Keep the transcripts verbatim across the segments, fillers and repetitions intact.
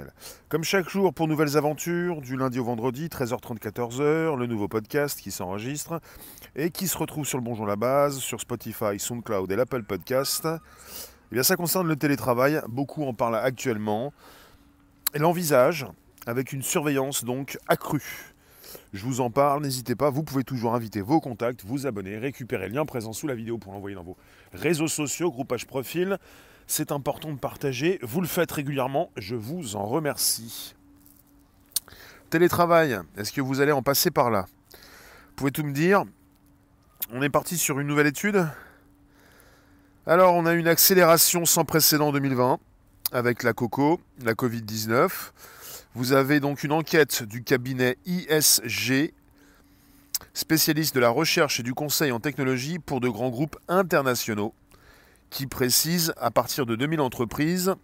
professionnel. Comme chaque jour pour nouvelles aventures, du lundi au vendredi, treize heures trente, quatorze heures, le nouveau podcast qui s'enregistre et qui se retrouve sur le Bonjour la Base, sur Spotify, SoundCloud et l'Apple Podcast. Eh bien, ça concerne le télétravail, beaucoup en parlent actuellement et l'envisagent avec une surveillance donc accrue. Je vous en parle, n'hésitez pas, vous pouvez toujours inviter vos contacts, vous abonner, récupérer le lien présent sous la vidéo pour l'envoyer dans vos réseaux sociaux, groupage profil. C'est important de partager, vous le faites régulièrement, je vous en remercie. Télétravail, est-ce que vous allez en passer par là? Vous pouvez tout me dire? On est parti sur une nouvelle étude. Alors, on a une accélération sans précédent en deux mille vingt avec la Coco, la covid dix-neuf. Vous avez donc une enquête du cabinet I S G, spécialiste de la recherche et du conseil en technologie pour de grands groupes internationaux, qui précise, à partir de deux mille entreprises,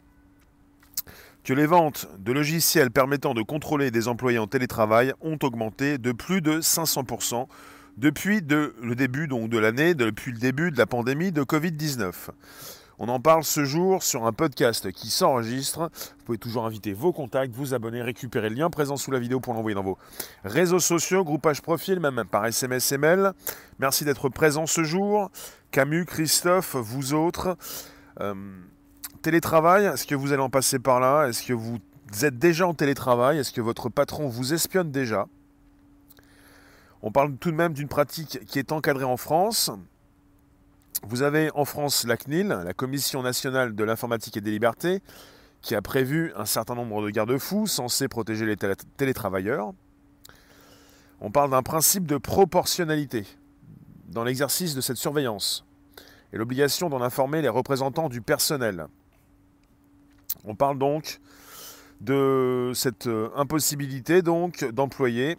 que les ventes de logiciels permettant de contrôler des employés en télétravail ont augmenté de plus de cinq cents pour cent depuis de, le début donc, de l'année, depuis le début de la pandémie de covid dix-neuf. On en parle ce jour sur un podcast qui s'enregistre. Vous pouvez toujours inviter vos contacts, vous abonner, récupérer le lien présent sous la vidéo pour l'envoyer dans vos réseaux sociaux, groupage profil, même par S M S, email. Merci d'être présent ce jour. Camus, Christophe, vous autres. Euh, télétravail, est-ce que vous allez en passer par là? Est-ce que vous êtes déjà en télétravail? Est-ce que votre patron vous espionne déjà? On parle tout de même d'une pratique qui est encadrée en France. Vous avez en France la C N I L, la Commission nationale de l'informatique et des libertés, qui a prévu un certain nombre de garde-fous censés protéger les télé- télétravailleurs. On parle d'un principe de proportionnalité dans l'exercice de cette surveillance et l'obligation d'en informer les représentants du personnel. On parle donc de cette impossibilité donc d'employer,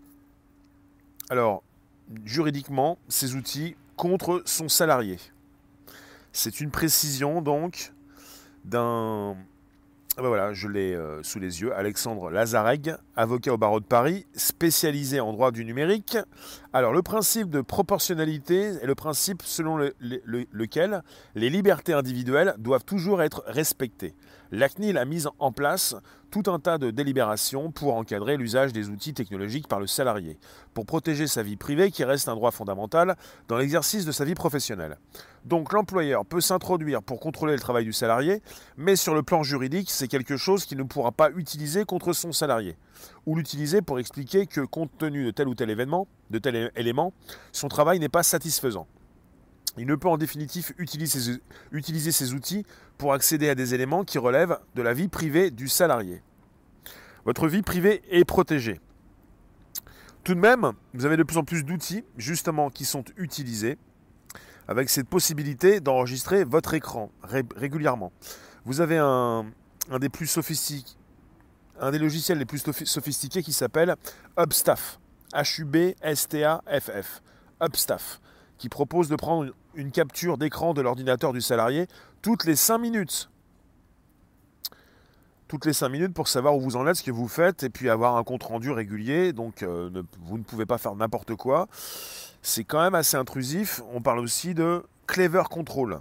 alors juridiquement, ces outils contre son salarié. C'est une précision donc d'un... Ah ben voilà, je l'ai euh, sous les yeux, Alexandre Lazareg, avocat au barreau de Paris, spécialisé en droit du numérique. Alors le principe de proportionnalité est le principe selon le, le, le, lequel les libertés individuelles doivent toujours être respectées. La C N I L a mis en place tout un tas de délibérations pour encadrer l'usage des outils technologiques par le salarié, pour protéger sa vie privée qui reste un droit fondamental dans l'exercice de sa vie professionnelle. Donc l'employeur peut s'introduire pour contrôler le travail du salarié, mais sur le plan juridique, c'est quelque chose qu'il ne pourra pas utiliser contre son salarié, ou l'utiliser pour expliquer que compte tenu de tel ou tel événement, de tel élément, son travail n'est pas satisfaisant. Il ne peut en définitive utiliser ces, utiliser ces outils pour accéder à des éléments qui relèvent de la vie privée du salarié. Votre vie privée est protégée. Tout de même, vous avez de plus en plus d'outils, justement, qui sont utilisés avec cette possibilité d'enregistrer votre écran ré- régulièrement. Vous avez un, un des plus sophistiqués, un des logiciels les plus sophistiqués qui s'appelle Hubstaff, H U B S T A F F, Hubstaff, qui propose de prendre une capture d'écran de l'ordinateur du salarié toutes les cinq minutes. Toutes les cinq minutes pour savoir où vous en êtes, ce que vous faites, et puis avoir un compte-rendu régulier. Donc euh, ne, vous ne pouvez pas faire n'importe quoi. C'est quand même assez intrusif. On parle aussi de Clever Control,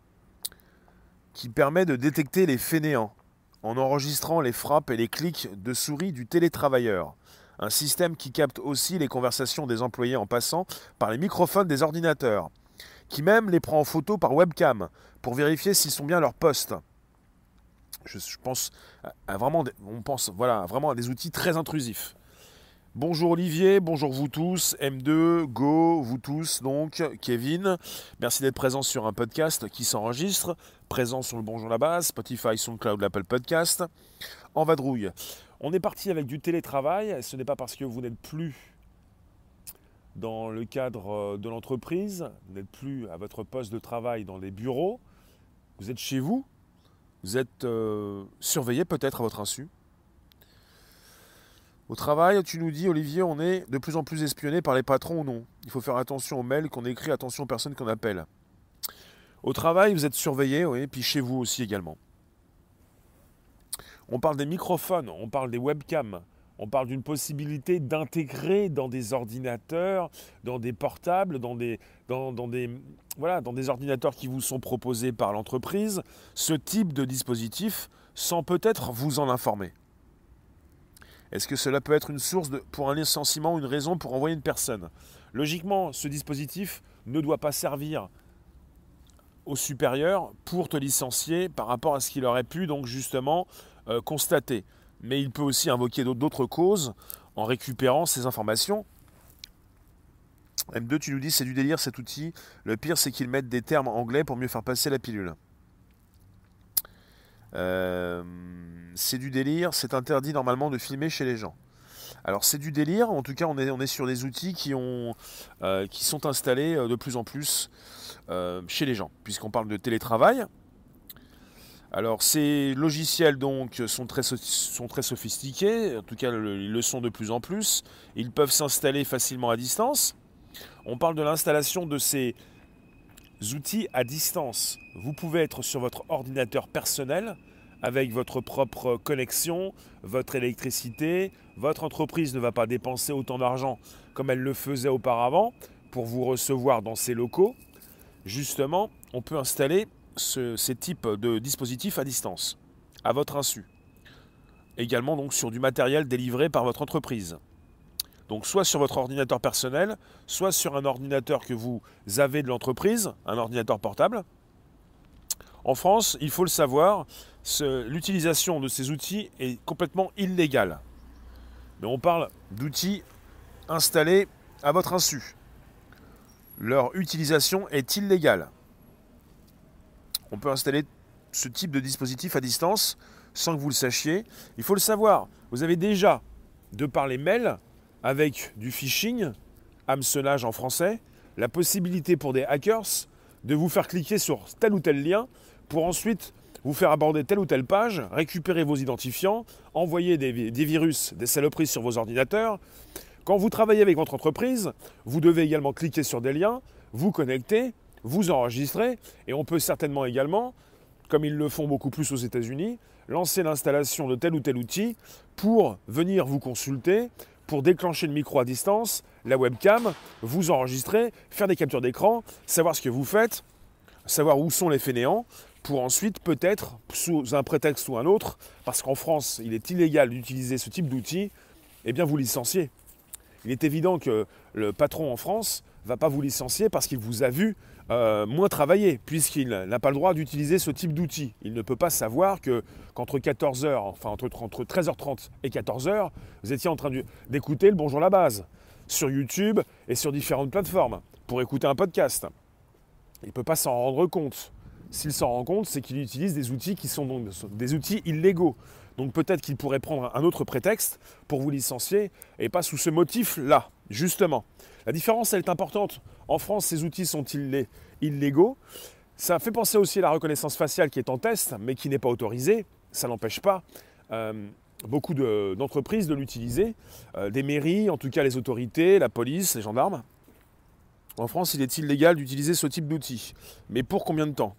qui permet de détecter les fainéants en enregistrant les frappes et les clics de souris du télétravailleur. Un système qui capte aussi les conversations des employés en passant par les microphones des ordinateurs, qui même les prend en photo par webcam pour vérifier s'ils sont bien à leur poste. Je, je pense à vraiment, on pense voilà, vraiment à des outils très intrusifs. Bonjour Olivier, bonjour vous tous, M deux, Go, vous tous, donc, Kevin. Merci d'être présent sur un podcast qui s'enregistre, présent sur le Bonjour la Base, Spotify, SoundCloud, l'Apple Podcast. En vadrouille. On est parti avec du télétravail, ce n'est pas parce que vous n'êtes plus dans le cadre de l'entreprise, vous n'êtes plus à votre poste de travail dans les bureaux, vous êtes chez vous, vous êtes euh, surveillé peut-être à votre insu. Au travail, tu nous dis, Olivier, on est de plus en plus espionné par les patrons ou non. Il faut faire attention aux mails qu'on écrit, attention aux personnes qu'on appelle. Au travail, vous êtes surveillé, oui, puis chez vous aussi également. On parle des microphones, on parle des webcams, on parle d'une possibilité d'intégrer dans des ordinateurs, dans des portables, dans des, dans, dans des, voilà, dans des ordinateurs qui vous sont proposés par l'entreprise, ce type de dispositif sans peut-être vous en informer. Est-ce que cela peut être une source de, pour un licenciement ou une raison pour envoyer une personne? Logiquement, ce dispositif ne doit pas servir au supérieur pour te licencier par rapport à ce qu'il aurait pu donc justement euh, constater. Mais il peut aussi invoquer d'autres causes en récupérant ces informations. M deux, tu nous dis, c'est du délire cet outil. Le pire, c'est qu'ils mettent des termes anglais pour mieux faire passer la pilule. Euh, c'est du délire, c'est interdit normalement de filmer chez les gens. Alors c'est du délire, en tout cas on est, on est sur des outils qui, ont, euh, qui sont installés de plus en plus euh, chez les gens, puisqu'on parle de télétravail. Alors ces logiciels donc sont très, sont très sophistiqués, en tout cas ils le sont de plus en plus, ils peuvent s'installer facilement à distance. On parle de l'installation de ces outils à distance. Vous pouvez être sur votre ordinateur personnel avec votre propre connexion, votre électricité. Votre entreprise ne va pas dépenser autant d'argent comme elle le faisait auparavant pour vous recevoir dans ses locaux. Justement, on peut installer ce, ces types de dispositifs à distance, à votre insu. Également donc sur du matériel délivré par votre entreprise. Donc soit sur votre ordinateur personnel, soit sur un ordinateur que vous avez de l'entreprise, un ordinateur portable. En France, il faut le savoir, l'utilisation de ces outils est complètement illégale. Mais on parle d'outils installés à votre insu. Leur utilisation est illégale. On peut installer ce type de dispositif à distance sans que vous le sachiez. Il faut le savoir, vous avez déjà, de par les mails, avec du phishing, hameçonnage en français, la possibilité pour des hackers de vous faire cliquer sur tel ou tel lien pour ensuite vous faire aborder telle ou telle page, récupérer vos identifiants, envoyer des, des virus, des saloperies sur vos ordinateurs. Quand vous travaillez avec votre entreprise, vous devez également cliquer sur des liens, vous connecter, vous enregistrer, et on peut certainement également, comme ils le font beaucoup plus aux États-Unis, lancer l'installation de tel ou tel outil pour venir vous consulter, pour déclencher le micro à distance, la webcam, vous enregistrer, faire des captures d'écran, savoir ce que vous faites, savoir où sont les fainéants, pour ensuite peut-être, sous un prétexte ou un autre, parce qu'en France, il est illégal d'utiliser ce type d'outil, eh bien vous licencier. Il est évident que le patron en France ne va pas vous licencier parce qu'il vous a vu euh, moins travailler, puisqu'il n'a pas le droit d'utiliser ce type d'outil. Il ne peut pas savoir que, qu'entre quatorze heures, enfin entre, entre treize heures trente et quatorze heures, vous étiez en train d'écouter le Bonjour la base sur YouTube et sur différentes plateformes pour écouter un podcast. Il ne peut pas s'en rendre compte. S'il s'en rend compte, c'est qu'il utilise des outils qui sont donc des outils illégaux. Donc peut-être qu'il pourrait prendre un autre prétexte pour vous licencier et pas sous ce motif-là, justement. La différence, elle est importante. En France, ces outils sont illégaux. Ça fait penser aussi à la reconnaissance faciale qui est en test, mais qui n'est pas autorisée. Ça n'empêche pas euh, beaucoup de, d'entreprises de l'utiliser. Euh, des mairies, en tout cas les autorités, la police, les gendarmes. En France, il est illégal d'utiliser ce type d'outils. Mais pour combien de temps ?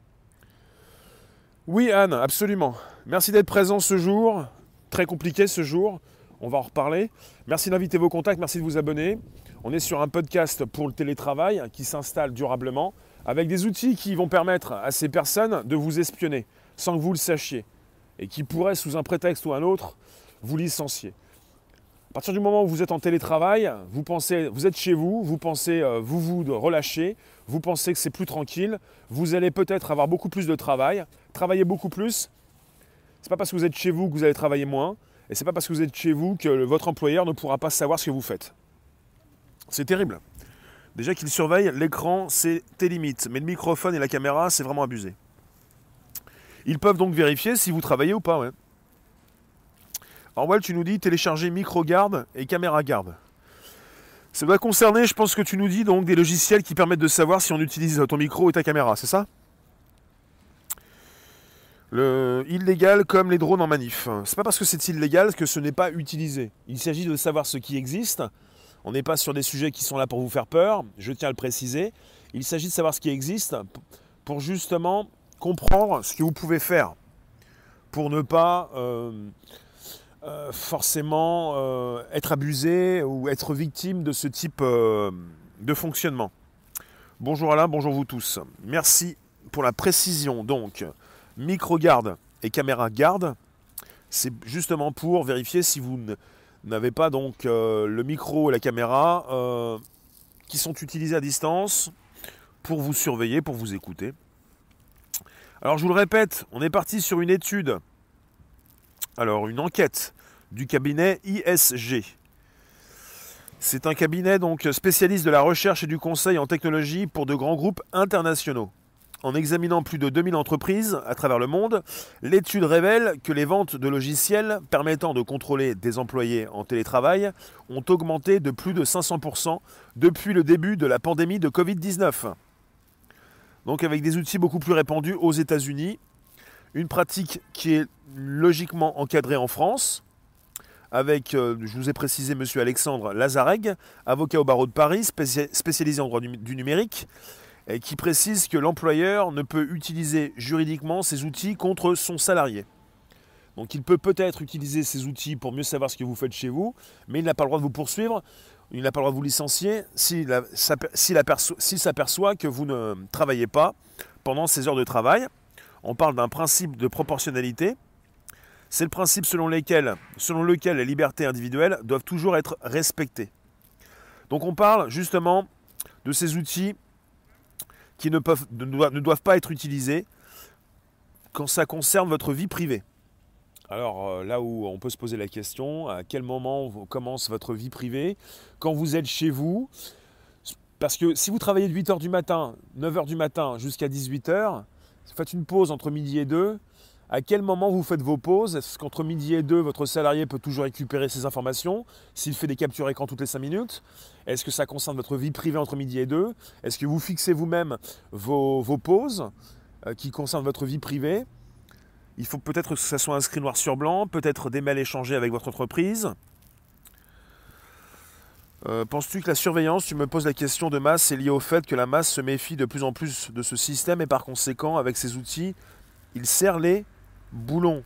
Oui, Anne, absolument. Merci d'être présent ce jour. Très compliqué ce jour. On va en reparler. Merci d'inviter vos contacts, merci de vous abonner. On est sur un podcast pour le télétravail qui s'installe durablement avec des outils qui vont permettre à ces personnes de vous espionner sans que vous le sachiez et qui pourraient, sous un prétexte ou un autre, vous licencier. À partir du moment où vous êtes en télétravail, vous pensez, vous êtes chez vous, vous pensez euh, vous vous relâcher, vous pensez que c'est plus tranquille, vous allez peut-être avoir beaucoup plus de travail, travailler beaucoup plus. C'est pas parce que vous êtes chez vous que vous allez travailler moins, et c'est pas parce que vous êtes chez vous que le, votre employeur ne pourra pas savoir ce que vous faites. C'est terrible. Déjà qu'il surveille l'écran, c'est tes limites, mais le microphone et la caméra, c'est vraiment abusé. Ils peuvent donc vérifier si vous travaillez ou pas, ouais. Orwell, tu nous dis télécharger micro-garde et caméra-garde. Ça doit concerner, je pense que tu nous dis, donc des logiciels qui permettent de savoir si on utilise ton micro et ta caméra, c'est ça ? Le illégal comme les drones en manif. C'est pas parce que c'est illégal que ce n'est pas utilisé. Il s'agit de savoir ce qui existe. On n'est pas sur des sujets qui sont là pour vous faire peur, je tiens à le préciser. Il s'agit de savoir ce qui existe pour justement comprendre ce que vous pouvez faire pour ne pas... Euh, Euh, forcément euh, être abusé ou être victime de ce type euh, de fonctionnement. Bonjour Alain, bonjour vous tous. Merci pour la précision. Donc, micro-garde et caméra-garde, C'est justement pour vérifier si vous n'avez pas donc euh, le micro et la caméra euh, qui sont utilisés à distance pour vous surveiller, pour vous écouter. Alors je vous le répète, on est parti sur une étude, alors une enquête du cabinet I S G. C'est un cabinet donc spécialiste de la recherche et du conseil en technologie pour de grands groupes internationaux. En examinant plus de deux mille entreprises à travers le monde, l'étude révèle que les ventes de logiciels permettant de contrôler des employés en télétravail ont augmenté de plus de cinq cents pour cent depuis le début de la pandémie de covid dix-neuf. Donc avec des outils beaucoup plus répandus aux États-Unis, une pratique qui est logiquement encadrée en France, avec, euh, je vous ai précisé, M. Alexandre Lazareg, avocat au barreau de Paris, spécialisé en droit du, du numérique, et qui précise que l'employeur ne peut utiliser juridiquement ces outils contre son salarié. Donc il peut peut-être utiliser ces outils pour mieux savoir ce que vous faites chez vous, mais il n'a pas le droit de vous poursuivre, il n'a pas le droit de vous licencier s'il s'aperçoit que vous ne travaillez pas pendant ces heures de travail. On parle d'un principe de proportionnalité. C'est le principe selon lequel, selon lequel les libertés individuelles doivent toujours être respectées. Donc on parle justement de ces outils qui ne, peuvent, ne doivent pas être utilisés quand ça concerne votre vie privée. Alors là où on peut se poser la question, à quel moment commence votre vie privée? Quand vous êtes chez vous, parce que si vous travaillez de huit heures du matin, neuf heures du matin jusqu'à dix-huit heures, faites une pause entre midi et deux, à quel moment vous faites vos pauses? Est-ce qu'entre midi et deux, votre salarié peut toujours récupérer ces informations? S'il fait des captures écran toutes les cinq minutes? Est-ce que ça concerne votre vie privée entre midi et deux? Est-ce que vous fixez vous-même vos, vos pauses euh, qui concernent votre vie privée? Il faut peut-être que ça soit inscrit noir sur blanc, peut-être des mails échangés avec votre entreprise. Euh, penses-tu que la surveillance, tu me poses la question de masse, est liée au fait que la masse se méfie de plus en plus de ce système et par conséquent, avec ces outils, il serre les boulons?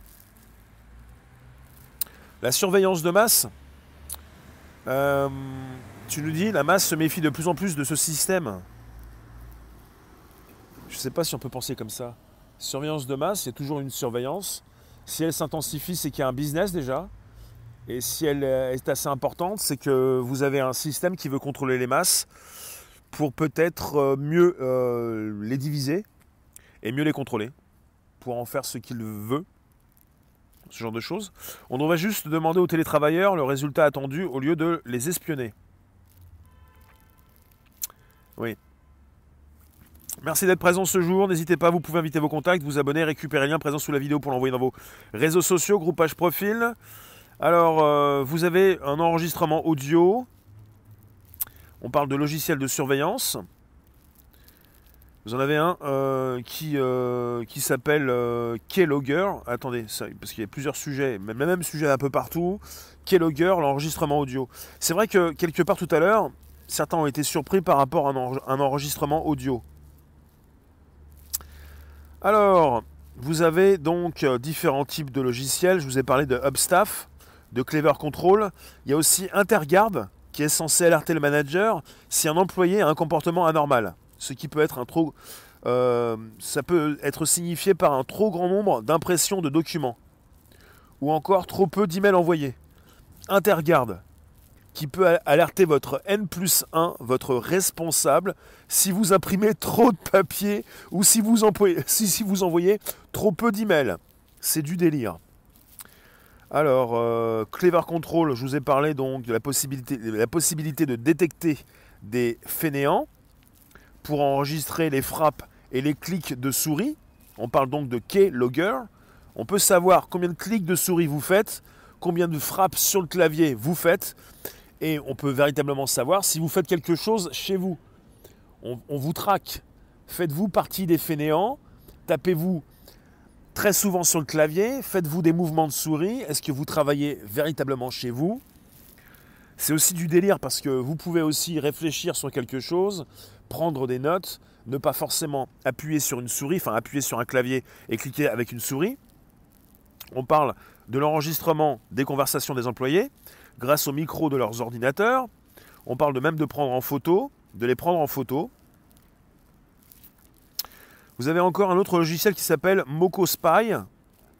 La surveillance de masse, euh, tu nous dis, la masse se méfie de plus en plus de ce système. Je ne sais pas si on peut penser comme ça. Surveillance de masse, il y a toujours une surveillance. Si elle s'intensifie, c'est qu'il y a un business déjà. Et si elle est assez importante, c'est que vous avez un système qui veut contrôler les masses pour peut-être mieux euh, les diviser et mieux les contrôler, pour en faire ce qu'il veut, ce genre de choses. On devrait juste demander aux télétravailleurs le résultat attendu au lieu de les espionner. Oui. Merci d'être présent ce jour. N'hésitez pas, vous pouvez inviter vos contacts, vous abonner, récupérer le lien présent sous la vidéo pour l'envoyer dans vos réseaux sociaux, groupage profil. Alors, euh, vous avez un enregistrement audio. On parle de logiciel de surveillance. Vous en avez un euh, qui, euh, qui s'appelle euh, Keylogger. Attendez, ça, parce qu'il y a plusieurs sujets, même même sujet un peu partout. Keylogger, l'enregistrement audio. C'est vrai que quelque part tout à l'heure, certains ont été surpris par rapport à un, un enregistrement audio. Alors, vous avez donc euh, différents types de logiciels. Je vous ai parlé de Hubstaff, de Clever Control. Il y a aussi Interguard, qui est censé alerter le manager si un employé a un comportement anormal. Ce qui peut être un trop, euh, ça peut être signifié par un trop grand nombre d'impressions de documents. Ou encore trop peu d'emails envoyés. Interguard, qui peut alerter votre N plus un, votre responsable, si vous imprimez trop de papier ou si vous, employez, si, si vous envoyez trop peu d'emails. C'est du délire. Alors, euh, Clever Control, je vous ai parlé donc de la possibilité, de la possibilité de détecter des fainéants pour enregistrer les frappes et les clics de souris. On parle donc de Keylogger. On peut savoir combien de clics de souris vous faites, combien de frappes sur le clavier vous faites, et on peut véritablement savoir si vous faites quelque chose chez vous. On, on vous traque. Faites-vous partie des fainéants? Tapez-vous très souvent sur le clavier? Faites-vous des mouvements de souris? Est-ce que vous travaillez véritablement chez vous? C'est aussi du délire parce que vous pouvez aussi réfléchir sur quelque chose, prendre des notes, ne pas forcément appuyer sur une souris, enfin appuyer sur un clavier et cliquer avec une souris. On parle de l'enregistrement des conversations des employés grâce au micro de leurs ordinateurs. On parle de même de prendre en photo, de les prendre en photo. Vous avez encore un autre logiciel qui s'appelle MocoSpy,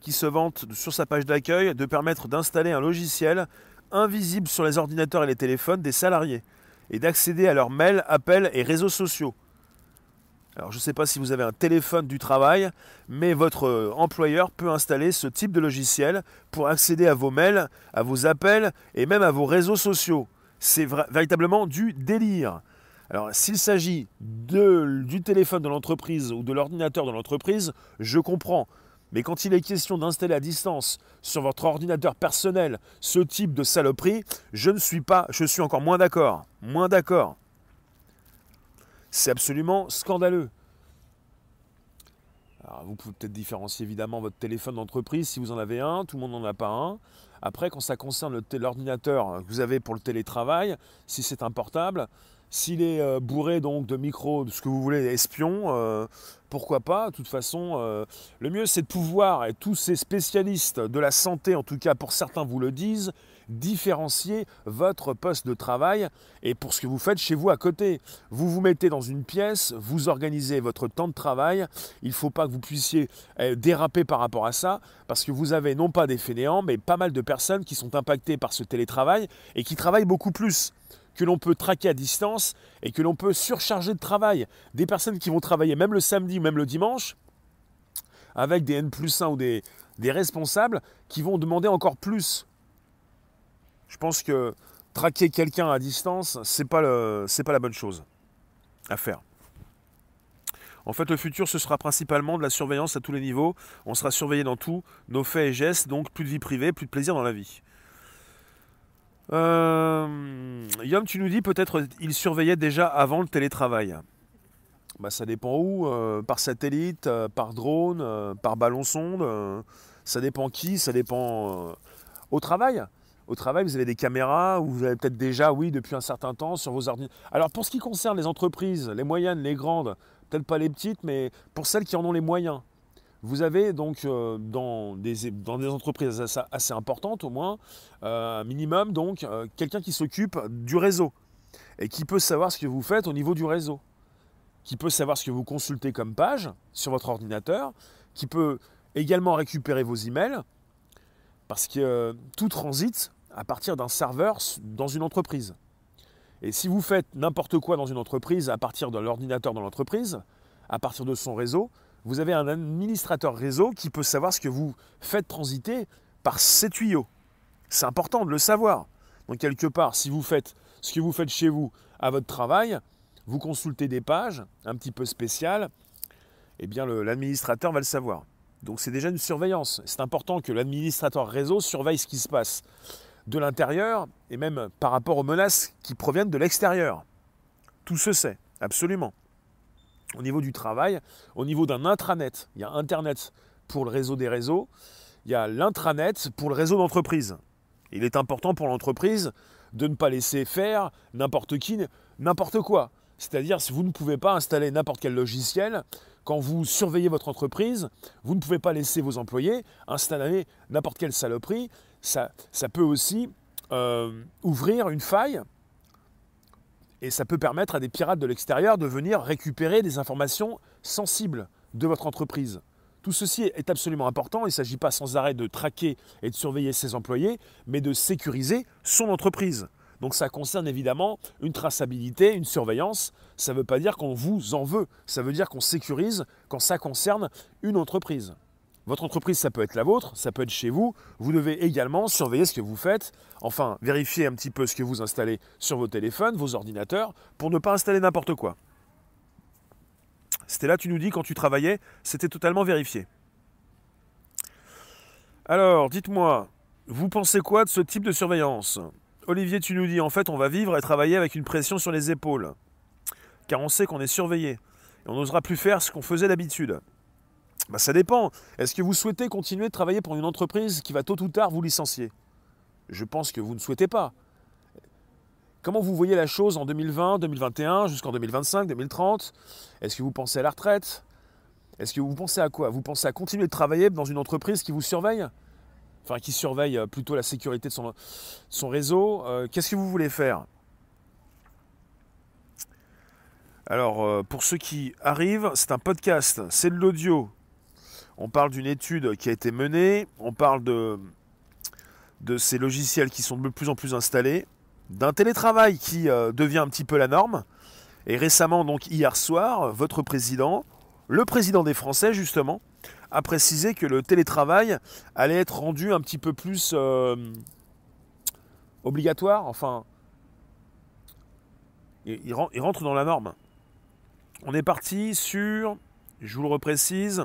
qui se vante sur sa page d'accueil de permettre d'installer un logiciel invisible sur les ordinateurs et les téléphones des salariés et d'accéder à leurs mails, appels et réseaux sociaux. Alors je ne sais pas si vous avez un téléphone du travail, mais votre employeur peut installer ce type de logiciel pour accéder à vos mails, à vos appels et même à vos réseaux sociaux. C'est vra- véritablement du délire. Alors s'il s'agit de, du téléphone de l'entreprise ou de l'ordinateur de l'entreprise, je comprends. Mais quand il est question d'installer à distance sur votre ordinateur personnel ce type de saloperie, je ne suis pas, je suis encore moins d'accord. Moins d'accord. C'est absolument scandaleux. Alors, vous pouvez peut-être différencier évidemment votre téléphone d'entreprise si vous en avez un, tout le monde n'en a pas un. Après, quand ça concerne le t- l'ordinateur que vous avez pour le télétravail, si c'est un portable, s'il est euh, bourré donc de micros, de ce que vous voulez, espions, euh, pourquoi pas. De toute façon, euh, le mieux c'est de pouvoir, et tous ces spécialistes de la santé, en tout cas pour certains vous le disent, différencier votre poste de travail et pour ce que vous faites chez vous à côté. Vous vous mettez dans une pièce, vous organisez votre temps de travail. Il ne faut pas que vous puissiez euh, déraper par rapport à ça parce que vous avez non pas des fainéants mais pas mal de personnes qui sont impactées par ce télétravail et qui travaillent beaucoup plus, que l'on peut traquer à distance et que l'on peut surcharger de travail. Des personnes qui vont travailler même le samedi ou même le dimanche avec des N plus un ou des, des responsables qui vont demander encore plus. Je pense que traquer quelqu'un à distance, c'est pas le, c'est pas la bonne chose à faire. En fait, le futur, ce sera principalement de la surveillance à tous les niveaux. On sera surveillé dans tous nos faits et gestes, donc plus de vie privée, plus de plaisir dans la vie. Euh, Yom, tu nous dis peut-être il surveillait déjà avant le télétravail. Bah, ça dépend où, euh, par satellite, euh, par drone, euh, par ballon-sonde. Euh, ça dépend qui, ça dépend euh, au travail. Au travail, vous avez des caméras, ou vous avez peut-être déjà, oui, depuis un certain temps, sur vos ordinateurs. Alors, pour ce qui concerne les entreprises, les moyennes, les grandes, peut-être pas les petites, mais pour celles qui en ont les moyens, vous avez donc euh, dans, des, dans des entreprises assez, assez importantes, au moins, euh, un minimum, donc, euh, quelqu'un qui s'occupe du réseau et qui peut savoir ce que vous faites au niveau du réseau, qui peut savoir ce que vous consultez comme page sur votre ordinateur, qui peut également récupérer vos emails, parce que euh, tout transite à partir d'un serveur dans une entreprise. Et si vous faites n'importe quoi dans une entreprise à partir de l'ordinateur dans l'entreprise, à partir de son réseau, vous avez un administrateur réseau qui peut savoir ce que vous faites transiter par ces tuyaux. C'est important de le savoir. Donc quelque part, si vous faites ce que vous faites chez vous à votre travail, vous consultez des pages un petit peu spéciales, eh bien le, l'administrateur va le savoir. Donc c'est déjà une surveillance. C'est important que l'administrateur réseau surveille ce qui se passe de l'intérieur et même par rapport aux menaces qui proviennent de l'extérieur. Tout se sait, absolument. Au niveau du travail, au niveau d'un intranet, il y a Internet pour le réseau des réseaux, il y a l'intranet pour le réseau d'entreprise. Il est important pour l'entreprise de ne pas laisser faire n'importe qui, n'importe quoi. C'est-à-dire, si vous ne pouvez pas installer n'importe quel logiciel, quand vous surveillez votre entreprise, vous ne pouvez pas laisser vos employés installer n'importe quelle saloperie. Ça, ça peut aussi euh, ouvrir une faille et ça peut permettre à des pirates de l'extérieur de venir récupérer des informations sensibles de votre entreprise. Tout ceci est absolument important. Il ne s'agit pas sans arrêt de traquer et de surveiller ses employés, mais de sécuriser son entreprise. Donc ça concerne évidemment une traçabilité, une surveillance. Ça ne veut pas dire qu'on vous en veut. Ça veut dire qu'on sécurise quand ça concerne une entreprise. Votre entreprise, ça peut être la vôtre, ça peut être chez vous. Vous devez également surveiller ce que vous faites. Enfin, vérifier un petit peu ce que vous installez sur vos téléphones, vos ordinateurs, pour ne pas installer n'importe quoi. C'était là, tu nous dis, quand tu travaillais, c'était totalement vérifié. Alors, dites-moi, vous pensez quoi de ce type de surveillance ? Olivier, tu nous dis, en fait, on va vivre et travailler avec une pression sur les épaules. Car on sait qu'on est surveillé. Et on n'osera plus faire ce qu'on faisait d'habitude. Ben, ça dépend. Est-ce que vous souhaitez continuer de travailler pour une entreprise qui va tôt ou tard vous licencier ? Je pense que vous ne souhaitez pas. Comment vous voyez la chose en deux mille vingt, deux mille vingt et un, jusqu'en deux mille vingt-cinq, deux mille trente ? Est-ce que vous pensez à la retraite ? Est-ce que vous pensez à quoi ? Vous pensez à continuer de travailler dans une entreprise qui vous surveille ? Enfin, qui surveille plutôt la sécurité de son, son réseau. Euh, qu'est-ce que vous voulez faire ? Alors, euh, pour ceux qui arrivent, c'est un podcast, c'est de l'audio. On parle d'une étude qui a été menée, on parle de, de ces logiciels qui sont de plus en plus installés, d'un télétravail qui euh, devient un petit peu la norme. Et récemment, donc hier soir, votre président, le président des Français justement, a précisé que le télétravail allait être rendu un petit peu plus euh, obligatoire, enfin, il, il rentre dans la norme. On est parti sur, je vous le reprécise,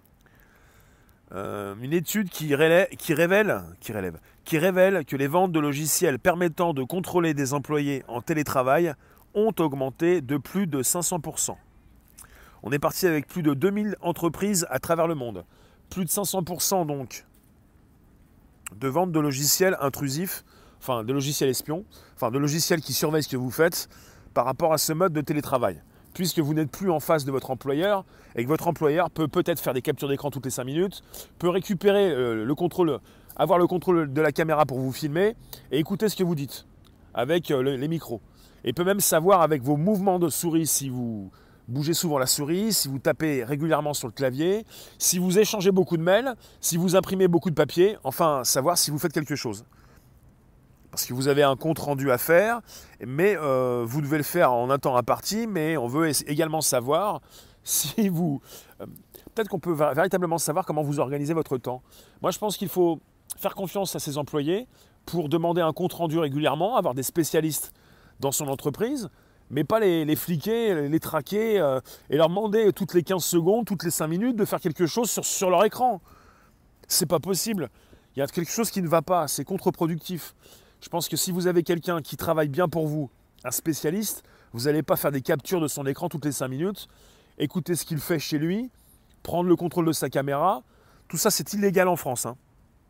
euh, une étude qui, révèle, qui, révèle, qui, révèle, qui révèle que les ventes de logiciels permettant de contrôler des employés en télétravail ont augmenté de plus de cinq cents pour cent. On est parti avec plus de deux mille entreprises à travers le monde. Plus de cinq cents pour cent donc de ventes de logiciels intrusifs, enfin de logiciels espions, enfin de logiciels qui surveillent ce que vous faites par rapport à ce mode de télétravail. Puisque vous n'êtes plus en face de votre employeur et que votre employeur peut peut-être faire des captures d'écran toutes les cinq minutes, peut récupérer euh, le contrôle, avoir le contrôle de la caméra pour vous filmer et écouter ce que vous dites avec euh, le, les micros. Et peut même savoir avec vos mouvements de souris si vous bougez souvent la souris, si vous tapez régulièrement sur le clavier, si vous échangez beaucoup de mails, si vous imprimez beaucoup de papier, enfin savoir si vous faites quelque chose. Parce que vous avez un compte rendu à faire, mais euh, vous devez le faire en un temps imparti, mais on veut également savoir si vous... Euh, peut-être qu'on peut véritablement savoir comment vous organisez votre temps. Moi, je pense qu'il faut faire confiance à ses employés pour demander un compte rendu régulièrement, avoir des spécialistes dans son entreprise, mais pas les, les fliquer, les traquer euh, et leur demander toutes les quinze secondes, toutes les cinq minutes de faire quelque chose sur, sur leur écran. C'est pas possible. Il y a quelque chose qui ne va pas, c'est contre-productif. Je pense que si vous avez quelqu'un qui travaille bien pour vous, un spécialiste, vous n'allez pas faire des captures de son écran toutes les cinq minutes, écouter ce qu'il fait chez lui, prendre le contrôle de sa caméra. Tout ça, c'est illégal en France. Hein.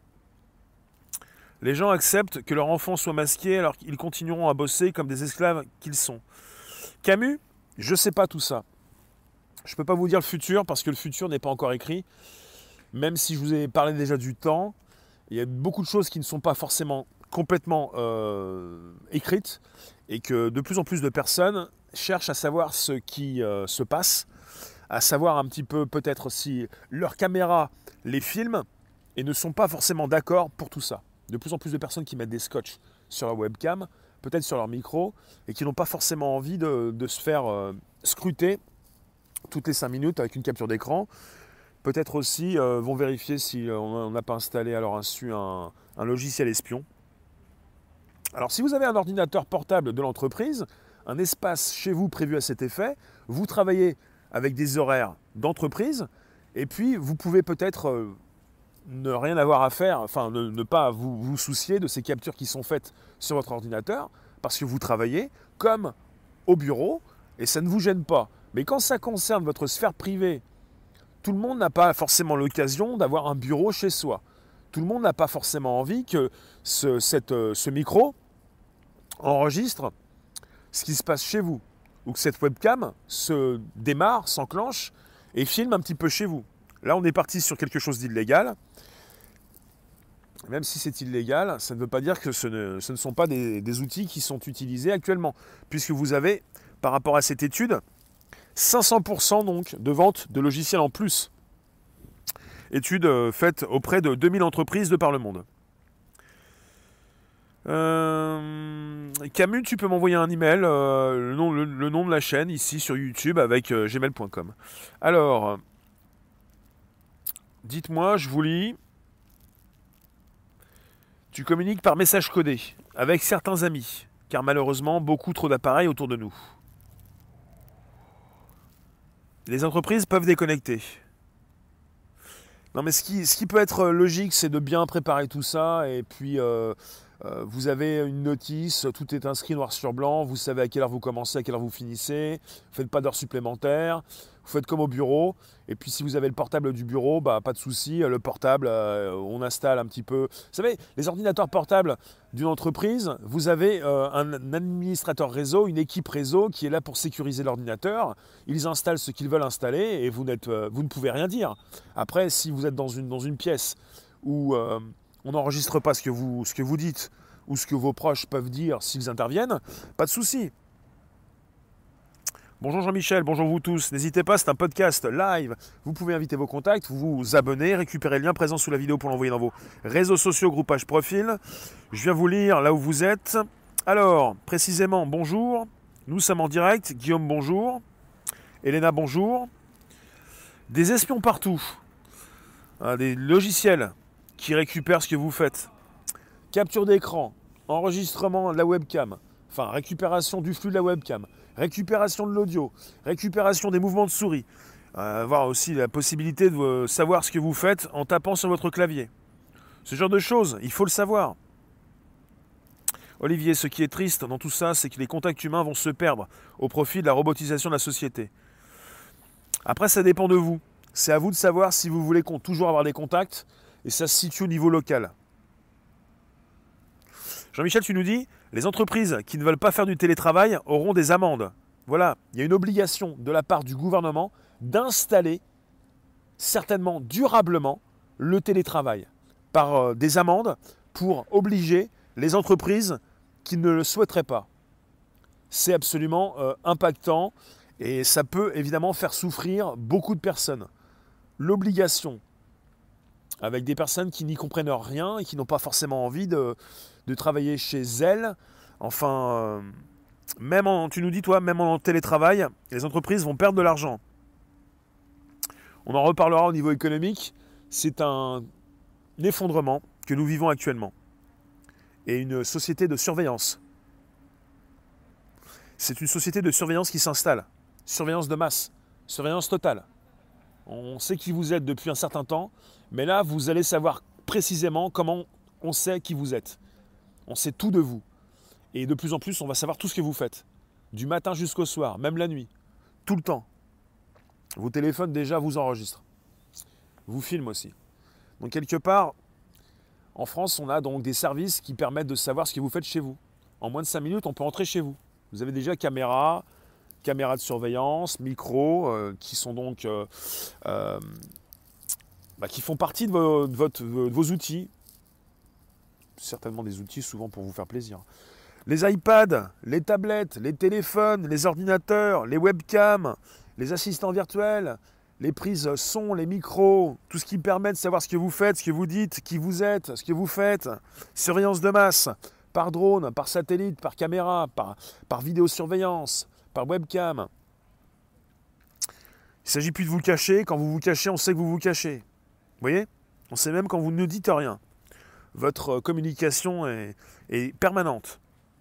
Les gens acceptent que leurs enfants soient masqués alors qu'ils continueront à bosser comme des esclaves qu'ils sont. Camus, je ne sais pas tout ça. Je ne peux pas vous dire le futur parce que le futur n'est pas encore écrit. Même si je vous ai parlé déjà du temps, il y a beaucoup de choses qui ne sont pas forcément complètement euh, écrites et que de plus en plus de personnes cherchent à savoir ce qui euh, se passe, à savoir un petit peu peut-être si leur caméra les filme et ne sont pas forcément d'accord pour tout ça. De plus en plus de personnes qui mettent des scotch sur leur webcam, peut-être sur leur micro, et qui n'ont pas forcément envie de, de se faire euh, scruter toutes les cinq minutes avec une capture d'écran. Peut-être aussi euh, vont vérifier si on n'a pas installé à leur insu un, un logiciel espion. Alors si vous avez un ordinateur portable de l'entreprise, un espace chez vous prévu à cet effet, vous travaillez avec des horaires d'entreprise, et puis vous pouvez peut-être euh, ne rien avoir à faire, enfin ne, ne pas vous, vous soucier de ces captures qui sont faites sur votre ordinateur, parce que vous travaillez comme au bureau, et ça ne vous gêne pas. Mais quand ça concerne votre sphère privée, tout le monde n'a pas forcément l'occasion d'avoir un bureau chez soi. Tout le monde n'a pas forcément envie que ce, cette, ce micro enregistre ce qui se passe chez vous, ou que cette webcam se démarre, s'enclenche et filme un petit peu chez vous. Là, on est parti sur quelque chose d'illégal. Même si c'est illégal, ça ne veut pas dire que ce ne, ce ne sont pas des, des outils qui sont utilisés actuellement, puisque vous avez, par rapport à cette étude, cinq cents pour cent donc de ventes de logiciels en plus. Étude faite auprès de deux mille entreprises de par le monde. Euh, Camus, tu peux m'envoyer un email, euh, le, nom, le, le nom de la chaîne ici sur YouTube avec euh, gmail point com. Alors, dites-moi, je vous lis. Tu communiques par message codé avec certains amis, car malheureusement, beaucoup trop d'appareils autour de nous. Les entreprises peuvent déconnecter. Non, mais ce qui, ce qui peut être logique, c'est de bien préparer tout ça, et puis euh, euh, vous avez une notice, tout est inscrit noir sur blanc, vous savez à quelle heure vous commencez, à quelle heure vous finissez, vous ne faites pas d'heures supplémentaires, vous faites comme au bureau, et puis si vous avez le portable du bureau, bah, pas de souci, le portable, euh, on installe un petit peu. Vous savez, les ordinateurs portables d'une entreprise, vous avez euh, un administrateur réseau, une équipe réseau qui est là pour sécuriser l'ordinateur, ils installent ce qu'ils veulent installer et vous, n'êtes, euh, vous ne pouvez rien dire. Après, si vous êtes dans une, dans une pièce où euh, on n'enregistre pas ce que, vous, ce que vous dites ou ce que vos proches peuvent dire s'ils interviennent, pas de souci. Bonjour Jean-Michel, bonjour vous tous. N'hésitez pas, c'est un podcast live. Vous pouvez inviter vos contacts, vous vous abonner, récupérer le lien présent sous la vidéo pour l'envoyer dans vos réseaux sociaux, groupage, profil. Je viens vous lire là où vous êtes. Alors, précisément, bonjour. Nous sommes en direct. Guillaume, bonjour. Elena, bonjour. Des espions partout. Hein, des logiciels qui récupèrent ce que vous faites. Capture d'écran, enregistrement de la webcam, enfin récupération du flux de la webcam, récupération de l'audio, récupération des mouvements de souris, euh, avoir aussi la possibilité de euh, savoir ce que vous faites en tapant sur votre clavier. Ce genre de choses, il faut le savoir. Olivier, ce qui est triste dans tout ça, c'est que les contacts humains vont se perdre au profit de la robotisation de la société. Après, ça dépend de vous. C'est à vous de savoir si vous voulez toujours avoir des contacts, et ça se situe au niveau local. Jean-Michel, tu nous dis, les entreprises qui ne veulent pas faire du télétravail auront des amendes. Voilà, il y a une obligation de la part du gouvernement d'installer certainement durablement le télétravail par euh, des amendes pour obliger les entreprises qui ne le souhaiteraient pas. C'est absolument euh, impactant et ça peut évidemment faire souffrir beaucoup de personnes. L'obligation avec des personnes qui n'y comprennent rien et qui n'ont pas forcément envie de, de travailler chez elles. Enfin, euh, même en, tu nous dis, toi, même en télétravail, les entreprises vont perdre de l'argent. On en reparlera au niveau économique. C'est un effondrement que nous vivons actuellement. Et une société de surveillance. C'est une société de surveillance qui s'installe. Surveillance de masse. Surveillance totale. On sait qui vous êtes depuis un certain temps, mais là, vous allez savoir précisément comment on sait qui vous êtes. On sait tout de vous. Et de plus en plus, on va savoir tout ce que vous faites. Du matin jusqu'au soir, même la nuit. Tout le temps. Vos téléphones déjà vous enregistrent. Vous filment aussi. Donc quelque part, en France, on a donc des services qui permettent de savoir ce que vous faites chez vous. En moins de cinq minutes, on peut entrer chez vous. Vous avez déjà caméra, caméras de surveillance, micros, euh, qui sont donc euh, euh, bah, qui font partie de, vos, de, votre, de vos outils. Certainement des outils souvent pour vous faire plaisir. Les iPads, les tablettes, les téléphones, les ordinateurs, les webcams, les assistants virtuels, les prises son, les micros, tout ce qui permet de savoir ce que vous faites, ce que vous dites, qui vous êtes, ce que vous faites. Surveillance de masse, par drone, par satellite, par caméra, par, par vidéosurveillance, par webcam. Il ne s'agit plus de vous cacher. Quand vous vous cachez, on sait que vous vous cachez. Vous voyez ? On sait même quand vous ne dites rien. Votre communication est, est permanente.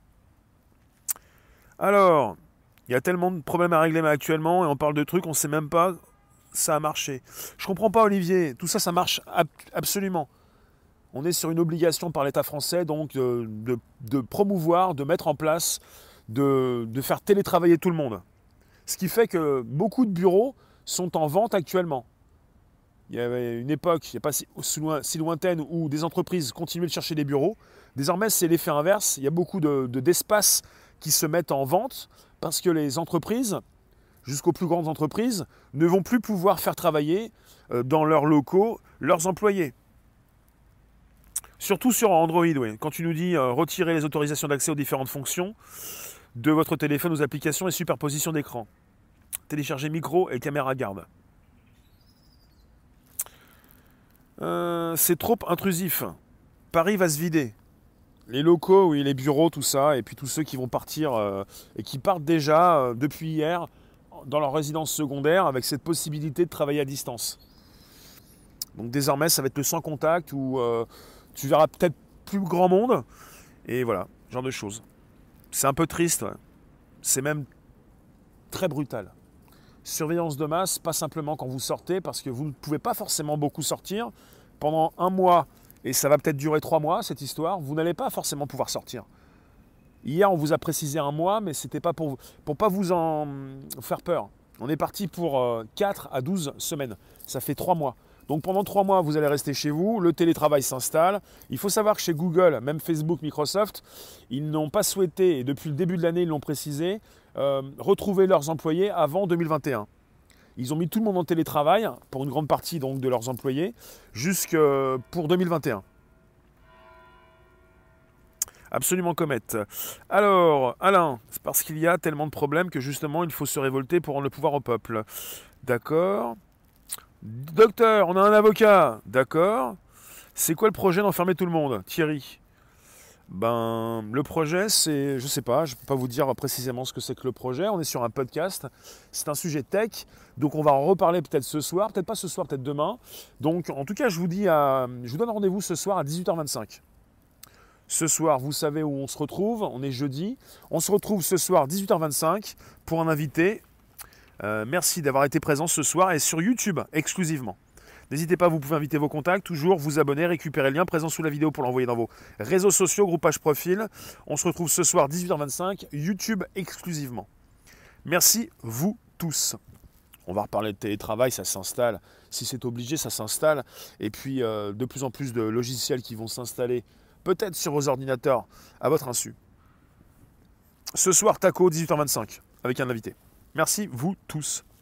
Alors, il y a tellement de problèmes à régler actuellement et on parle de trucs, on ne sait même pas ça a marché. Je ne comprends pas, Olivier. Tout ça, ça marche ab- absolument. On est sur une obligation par l'État français donc de, de, de promouvoir, de mettre en place, de, de faire télétravailler tout le monde. Ce qui fait que beaucoup de bureaux sont en vente actuellement. Il y avait une époque, il n'y a pas si, si lointaine, où des entreprises continuaient de chercher des bureaux. Désormais, c'est l'effet inverse. Il y a beaucoup de, de, d'espaces qui se mettent en vente parce que les entreprises, jusqu'aux plus grandes entreprises, ne vont plus pouvoir faire travailler dans leurs locaux leurs employés. Surtout sur Android, oui. Quand tu nous dis euh, retirer les autorisations d'accès aux différentes fonctions de votre téléphone aux applications et superposition d'écran. Télécharger micro et caméra garde. Euh, c'est trop intrusif. Paris va se vider. Les locaux, oui, les bureaux, tout ça, et puis tous ceux qui vont partir euh, et qui partent déjà euh, depuis hier dans leur résidence secondaire avec cette possibilité de travailler à distance. Donc désormais, ça va être le sans contact où euh, tu verras peut-être plus grand monde et voilà, ce genre de choses. C'est un peu triste, ouais. C'est même très brutal. Surveillance de masse, pas simplement quand vous sortez, parce que vous ne pouvez pas forcément beaucoup sortir. Pendant un mois, et ça va peut-être durer trois mois, cette histoire, vous n'allez pas forcément pouvoir sortir. Hier, on vous a précisé un mois, mais ce n'était pas pour pour pas vous en faire peur. On est parti pour quatre à douze semaines. Ça fait trois mois. Donc pendant trois mois, vous allez rester chez vous, le télétravail s'installe. Il faut savoir que chez Google, même Facebook, Microsoft, ils n'ont pas souhaité, et depuis le début de l'année, ils l'ont précisé, euh, retrouver leurs employés avant deux mille vingt et un. Ils ont mis tout le monde en télétravail, pour une grande partie donc, de leurs employés, jusque pour deux mille vingt et un. Absolument comète. Alors, Alain, c'est parce qu'il y a tellement de problèmes que justement il faut se révolter pour rendre le pouvoir au peuple. D'accord. Docteur, on a un avocat. D'accord. C'est quoi le projet d'enfermer tout le monde, Thierry? Ben, le projet, c'est, je sais pas, je peux pas vous dire précisément ce que c'est que le projet. On est sur un podcast, c'est un sujet tech, donc on va en reparler peut-être ce soir, peut-être pas ce soir, peut-être demain. Donc, en tout cas, je vous dis, à, je vous donne rendez-vous ce soir à dix-huit heures vingt-cinq. Ce soir, vous savez où on se retrouve, on est jeudi. On se retrouve ce soir à dix-huit heures vingt-cinq pour un invité. Euh, merci d'avoir été présent ce soir et sur YouTube exclusivement. N'hésitez pas, vous pouvez inviter vos contacts, toujours vous abonner, récupérer le lien présent sous la vidéo pour l'envoyer dans vos réseaux sociaux, groupage profil. On se retrouve ce soir dix-huit heures vingt-cinq, YouTube exclusivement. Merci vous tous. On va reparler de télétravail, ça s'installe. Si c'est obligé, ça s'installe. Et puis euh, de plus en plus de logiciels qui vont s'installer, peut-être sur vos ordinateurs, à votre insu. Ce soir, Taco, dix-huit heures vingt-cinq, avec un invité. Merci vous tous.